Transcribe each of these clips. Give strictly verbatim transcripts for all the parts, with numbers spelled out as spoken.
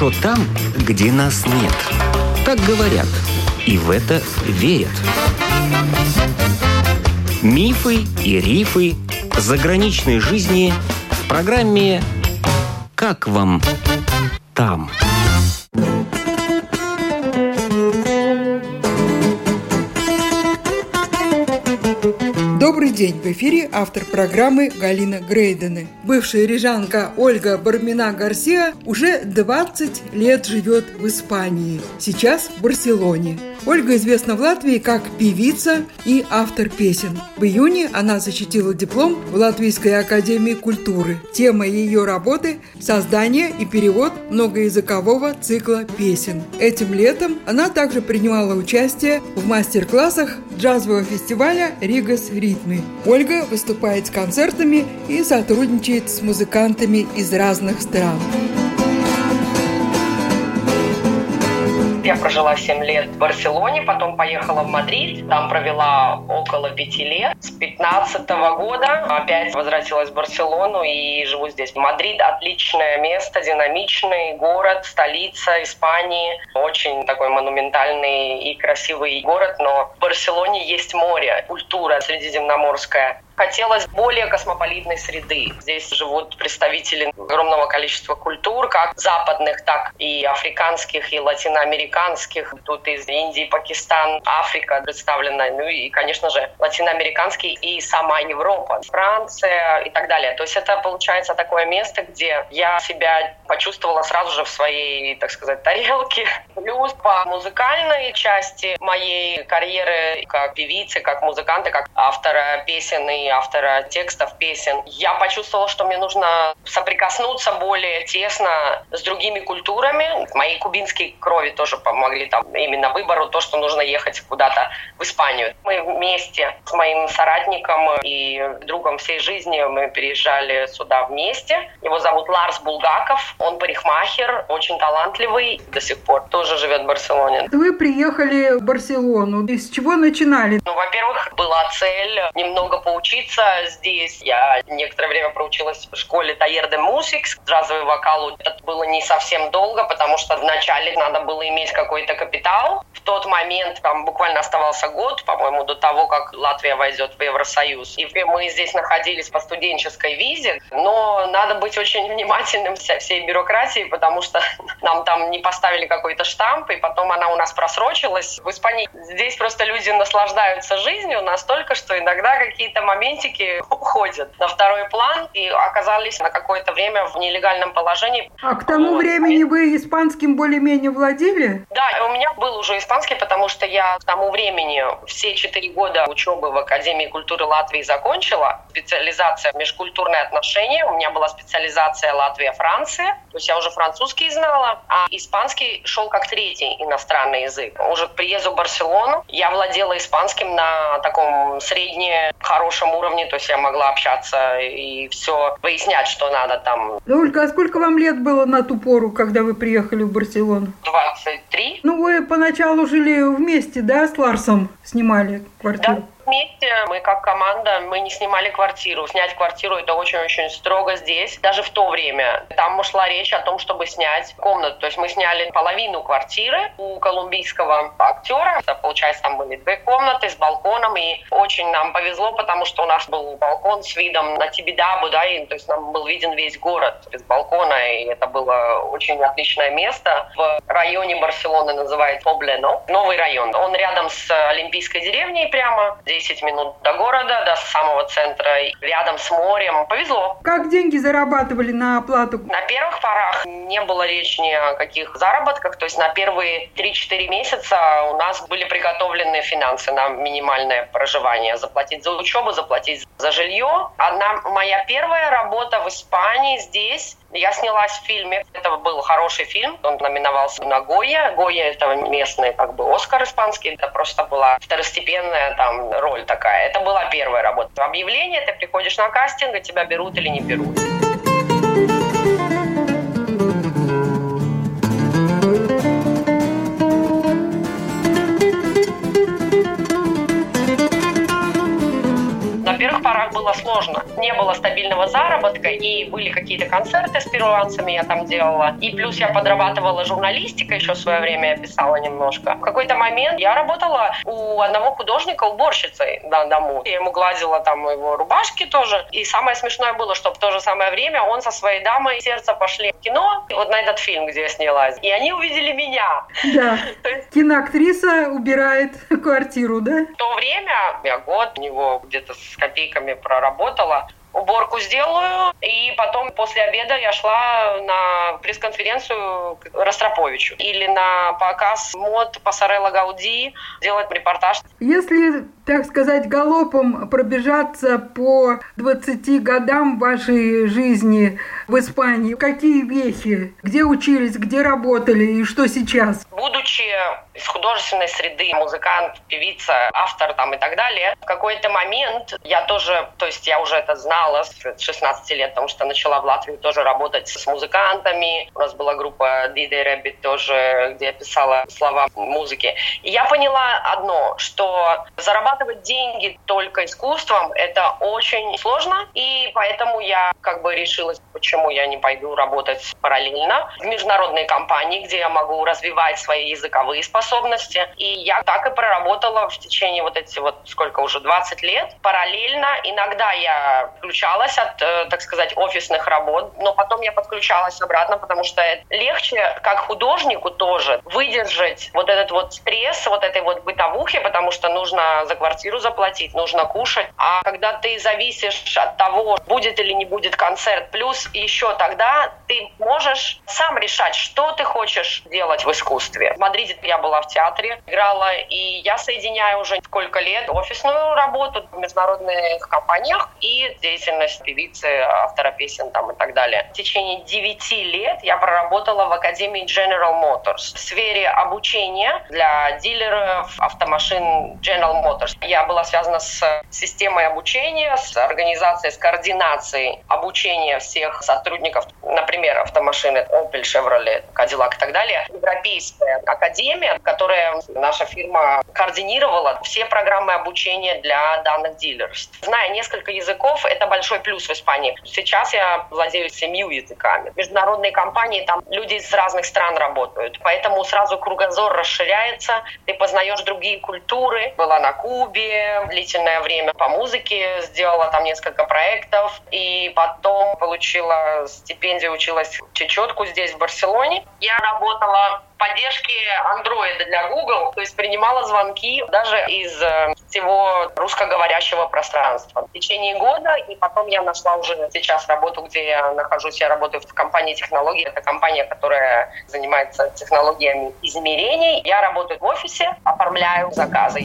хорошо там, где нас нет. Так говорят, и в это верят. Мифы и рифы заграничной жизни в программе «Как вам там?». Добрый день! В эфире автор программы Галина Грейдены. Бывшая рижанка Ольга Бармина-Гарсия уже двадцать лет живет в Испании, сейчас в Барселоне. Ольга известна в Латвии как певица и автор песен. В июне она защитила диплом в Латвийской академии культуры. Тема ее работы – создание и перевод многоязыкового цикла песен. Этим летом она также принимала участие в мастер-классах джазового фестиваля «Ригас Ритмы». Ольга выступает с концертами и сотрудничает с музыкантами из разных стран. Я прожила семь лет в Барселоне, потом поехала в Мадрид, там провела около пяти лет. С пятнадцатого года опять возвратилась в Барселону и живу здесь. Мадрид – отличное место, динамичный город, столица Испании. Очень такой монументальный и красивый город, но в Барселоне есть море, культура средиземноморская. Хотелось более космополитной среды. Здесь живут представители огромного количества культур, как западных, так и африканских, и латиноамериканских. Тут из Индии, Пакистан, Африка представлена, ну и, конечно же, латиноамериканский и сама Европа, Франция и так далее. То есть это, получается, такое место, где я себя почувствовала сразу же в своей, так сказать, тарелке. Плюс по музыкальной части моей карьеры как певицы, как музыканта, как автора песен и автора текстов песен, я почувствовала, что мне нужно соприкоснуться более тесно с другими культурами. Моей кубинской крови тоже помогли там именно выбору, то, что нужно ехать куда-то в Испанию. Мы вместе с моим соратником и другом всей жизни мы переезжали сюда вместе. Его зовут Ларс Булгаков, он парикмахер, очень талантливый, до сих пор тоже живет в Барселоне. Вы приехали в Барселону. И с чего начинали? Ну, во-первых, была цель немного поучиться здесь. Я некоторое время проучилась в школе Taller de Musics, джазовый вокал. Это было не совсем долго, потому что вначале надо было иметь какой-то капитал. В тот момент там буквально оставался год, по-моему, до того, как Латвия войдет в Евросоюз. И мы здесь находились по студенческой визе, но надо быть очень внимательным со всей бюрократией, потому что нам там не поставили какой-то штамп, и потом она у нас просрочилась. В Испании здесь просто люди наслаждаются жизнью настолько, что иногда какие-то моменты уходят на второй план и оказались на какое-то время в нелегальном положении. А к тому вот. времени вы испанским более-менее владели? Да, у меня был уже испанский, потому что я к тому времени все четыре года учебы в Академии культуры Латвии закончила. Специализация межкультурные отношения. У меня была специализация Латвия-Франция. То есть я уже французский знала, а испанский шел как третий иностранный язык. Уже к приезду в Барселону я владела испанским на таком средне хорошем уровне, то есть я могла общаться и все выяснять, что надо там. Ольга, а сколько вам лет было на ту пору, когда вы приехали в Барселону? двадцать три. Ну, вы поначалу жили вместе, да, с Ларсом? Снимали квартиру? Да. Вместе мы как команда, мы не снимали квартиру. Снять квартиру это очень-очень строго здесь. Даже в то время там шла речь о том, чтобы снять комнату. То есть мы сняли половину квартиры у колумбийского актера. Это, получается, там были две комнаты с балконом. И очень нам повезло, потому что у нас был балкон с видом на Тибидабу, да, и то есть нам был виден весь город без балкона. И это было очень отличное место. В районе Барселоны называется Поблено. Новый район. Он рядом с Олимпийской деревней прямо. десять минут до города, до самого центра, рядом с морем. Повезло. Как деньги зарабатывали на оплату? На первых порах не было речи ни о каких заработках. То есть на первые три-четыре месяца у нас были приготовлены финансы на минимальное проживание. Заплатить за учебу, заплатить за жилье. Одна моя первая работа в Испании здесь. Я снялась в фильме. Это был хороший фильм. Он номиновался на Гойя. Гойя — это местный как бы Оскар испанский. Это просто была второстепенная там роль такая. Это была первая работа. Объявление, ты приходишь на кастинг, и тебя берут или не берут. На первых порах было было сложно. Не было стабильного заработка, и были какие-то концерты с перуанцами я там делала. И плюс я подрабатывала журналистикой, еще в свое время я писала немножко. В какой-то момент я работала у одного художника уборщицей на дому. Я ему гладила там его рубашки тоже. И самое смешное было, что в то же самое время он со своей дамой сердца пошли в кино, вот на этот фильм, где я снялась. И они увидели меня. Да, киноактриса убирает квартиру, да? В то время я год у него где-то с копейками проработала. Уборку сделаю, и потом после обеда я шла на пресс-конференцию к Ростроповичу или на показ мод Пассарелла Гауди, делать репортаж. Если, так сказать, галопом пробежаться по двадцати годам вашей жизни в Испании, какие вехи, где учились, где работали и что сейчас? Будучи из художественной среды, музыкант, певица, автор там и так далее, в какой-то момент я тоже, то есть я уже это знала, с шестнадцати лет, потому что начала в Латвии тоже работать с музыкантами. У нас была группа ди джей Rabbit тоже, где я писала слова музыки. И я поняла одно, что зарабатывать деньги только искусством — это очень сложно, и поэтому я как бы решилась, почему я не пойду работать параллельно в международные компании, где я могу развивать свои языковые способности. И я так и проработала в течение вот эти вот, сколько уже, двадцать лет. Параллельно иногда я включалась от, так сказать, офисных работ, но потом я подключалась обратно, потому что легче, как художнику тоже, выдержать вот этот вот стресс, вот этой вот бытовухи, потому что нужно за квартиру заплатить, нужно кушать. А когда ты зависишь от того, будет или не будет концерт, плюс еще тогда ты можешь сам решать, что ты хочешь делать в искусстве. В Мадриде я была в театре, играла, и я соединяю уже сколько лет офисную работу в международных компаниях и деятельность певицы, автора песен там и так далее. В течение девяти лет я проработала в Академии General Motors в сфере обучения для дилеров автомашин General Motors. Я была связана с системой обучения, с организацией, с координацией обучения всех сотрудников, например, автомашины Opel, Chevrolet, Cadillac и так далее. Европейская академия, которая наша фирма координировала все программы обучения для данных дилерств. Зная несколько языков, это большой плюс в Испании. Сейчас я владею семью языками. Международные компании, там люди из разных стран работают, поэтому сразу кругозор расширяется, ты познаешь другие культуры. Была на Кубе длительное время по музыке, сделала там несколько проектов, и потом получила стипендию, училась чечетку здесь, в Барселоне. Я работала в поддержке андроида для Google, то есть принимала звонки даже из всего русскоговорящего пространства. В течение года, и потом я нашла уже сейчас работу, где я нахожусь. Я работаю в компании технологий. Это компания, которая занимается технологиями измерений. Я работаю в офисе, оформляю заказы.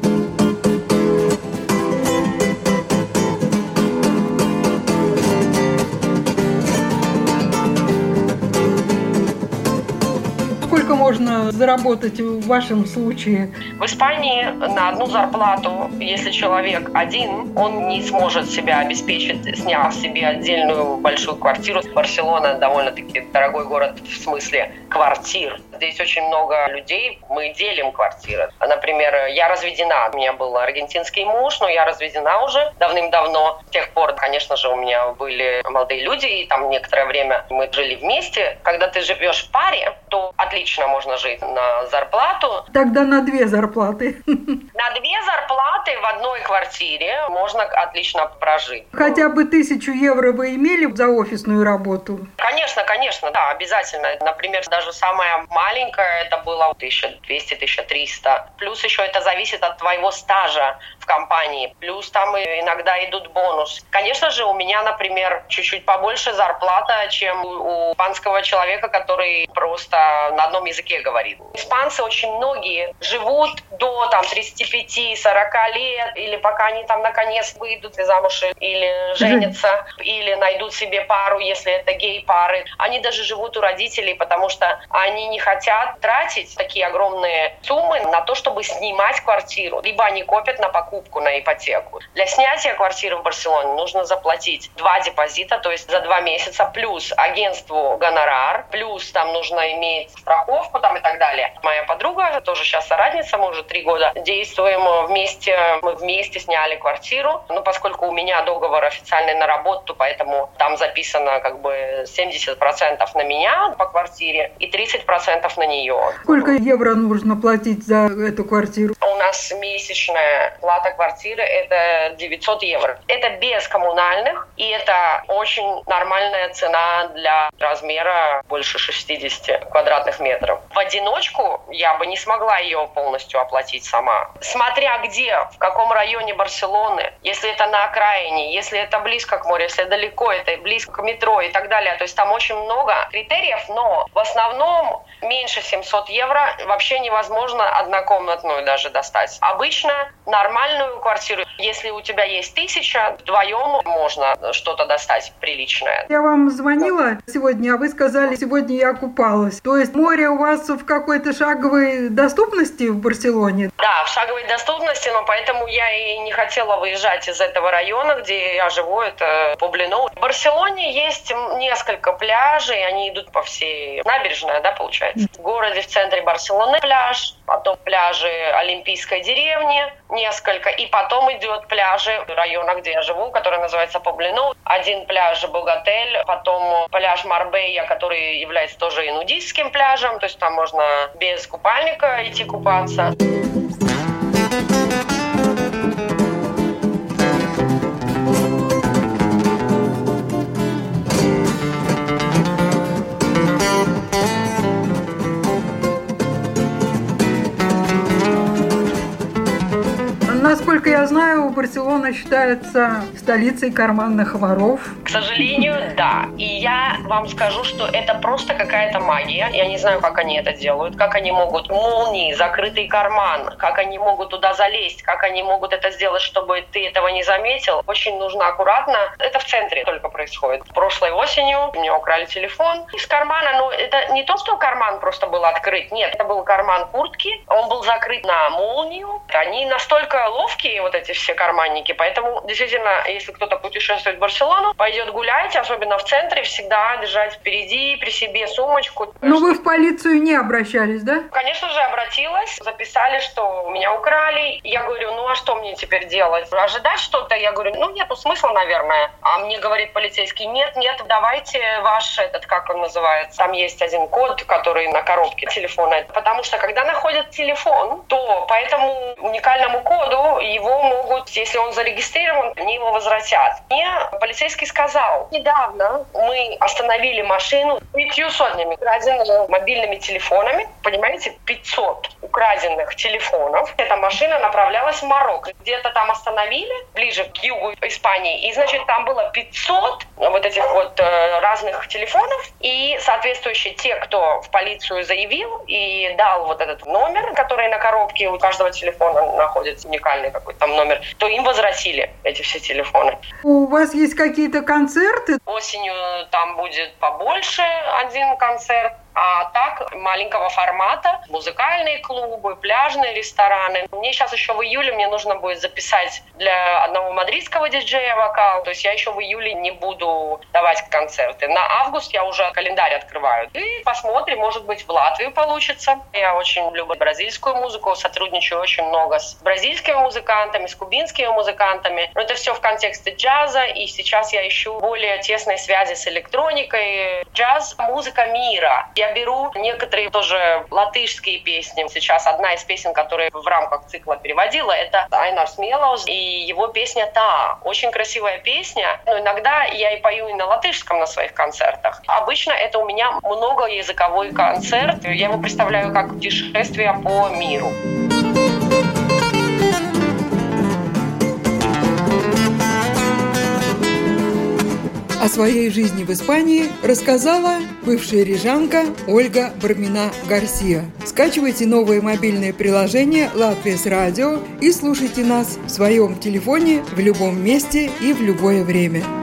Сколько можно заработать в вашем случае? В Испании на одну зарплату, если человек один, он не сможет себя обеспечить, сняв себе отдельную большую квартиру. Барселона довольно-таки дорогой город в смысле квартир. Здесь очень много людей, мы делим квартиры. Например, я разведена, у меня был аргентинский муж, но я разведена уже давным-давно. С тех пор, конечно же, у меня были молодые люди, и там некоторое время мы жили вместе. Когда ты живешь в паре, то отлично можно жить на зарплату. Тогда на две зарплаты. На две зарплаты в одной квартире можно отлично прожить. Хотя бы тысячу евро вы имели за офисную работу? Конечно, конечно, да, обязательно. Например, даже самая маленькая это было тысяча двести - тысяча триста. Плюс еще это зависит от твоего стажа в компании. Плюс там иногда идут бонусы. Конечно же, у меня, например, чуть-чуть побольше зарплата, чем у испанского человека, который просто на одном языке говорит. Испанцы очень многие живут до там тридцати пяти - сорока лет, или пока они там наконец выйдут замуж или женятся, или найдут себе пару, если это гей-пары. Они даже живут у родителей, потому что они не хотят тратить такие огромные суммы на то, чтобы снимать квартиру. Либо они копят на покупку, на ипотеку. Для снятия квартиры в Барселоне нужно заплатить два депозита, то есть за два месяца, плюс агентству гонорар, плюс там нужно иметь страховку, там и так далее. Моя подруга, тоже сейчас соратница, мы уже три года действуем вместе. Мы вместе сняли квартиру. Ну, поскольку у меня договор официальный на работу, поэтому там записано как бы семьдесят процентов на меня по квартире и тридцать процентов на нее. Сколько евро нужно платить за эту квартиру? У нас месячная плата квартиры – это девятьсот евро. Это без коммунальных, и это очень нормальная цена для размера больше шестьдесят квадратных метров. В одиночку я бы не смогла ее полностью оплатить сама. Смотря где, в каком районе Барселоны, если это на окраине, если это близко к морю, если далеко, это близко к метро и так далее. То есть там очень много критериев, но в основном меньше семьсот евро вообще невозможно однокомнатную даже достать. Обычно нормальную квартиру, если у тебя есть тысяча, вдвоем можно что-то достать приличное. Я вам звонила сегодня, а вы сказали, сегодня я купалась. То есть море у вас в какой-то шаговой доступности в Барселоне? Да, в шаговой доступности, но поэтому я и не хотела выезжать из этого района, где я живу, это Побленоу. В Барселоне есть несколько пляжей, они идут по всей набережной, да, получается. В городе, в центре Барселоны пляж, потом пляжи Олимпийской деревни несколько, и потом идет пляжи района, где я живу, который называется Побленоу. Один пляж Богатель, потом пляж Марбейя, который является тоже и нудистским пляжем, то есть там можно без купальника идти купаться. Насколько я знаю, Барселона считается столицей карманных воров. К сожалению, да. И я вам скажу, что это просто какая-то магия. Я не знаю, как они это делают, как они могут молнии, закрытый карман, как они могут туда залезть, как они могут это сделать, чтобы ты этого не заметил. Очень нужно аккуратно. Это в центре только происходит. Прошлой осенью у меня украли телефон из кармана. Но это не то, что карман просто был открыт. Нет, это был карман куртки. Он был закрыт на молнию. Они настолько ловкие, вот эти все карманники. Поэтому, действительно, если кто-то путешествует в Барселону, пойдет гулять, особенно в центре, всегда держать впереди, при себе сумочку. Но вы в полицию не обращались, да? Конечно же, обратилась. Записали, что меня украли. Я говорю, ну а что мне теперь делать? Ожидать что-то? Я говорю, ну нету смысла, наверное. А мне говорит полицейский, нет, нет, давайте ваш этот, как он называется, там есть один код, который на коробке телефона. Потому что, когда находят телефон, то по этому уникальному коду его могут, если он зарегистрирован, они его возвратят. Мне полицейский сказал, недавно мы остановили машину с пятью сотнями украденными мобильными телефонами. Понимаете, пятьсот украденных телефонов. Эта машина направлялась в Марокко. Где-то там остановили, ближе к югу Испании. И, значит, там было пятьсот вот этих вот э, разных телефонов. И, соответствующие те, кто в полицию заявил и дал вот этот номер, который на коробке у каждого телефона находится, уникальный какой-то там номер, то им возвратили эти все телефоны. У вас есть какие-то концерты? Осенью там будет побольше один концерт. А так, маленького формата, музыкальные клубы, пляжные рестораны. Мне сейчас еще в июле мне нужно будет записать для одного мадридского диджея вокал. То есть я еще в июле не буду давать концерты. На август я уже календарь открываю. И посмотрим, может быть, в Латвию получится. Я очень люблю бразильскую музыку, сотрудничаю очень много с бразильскими музыкантами, с кубинскими музыкантами. Но это все в контексте джаза, и сейчас я ищу более тесные связи с электроникой. Джаз — музыка мира. Я беру некоторые тоже латышские песни. Сейчас одна из песен, которые в рамках цикла переводила, это Айнарс Мелаус и его песня «Та». Очень красивая песня, но иногда я и пою и на латышском на своих концертах. Обычно это у меня многоязыковой концерт. Я его представляю как путешествие по миру. О своей жизни в Испании рассказала бывшая рижанка Ольга Бармина-Гарсия. Скачивайте новое мобильное приложение «Латвия с радио» и слушайте нас в своем телефоне в любом месте и в любое время.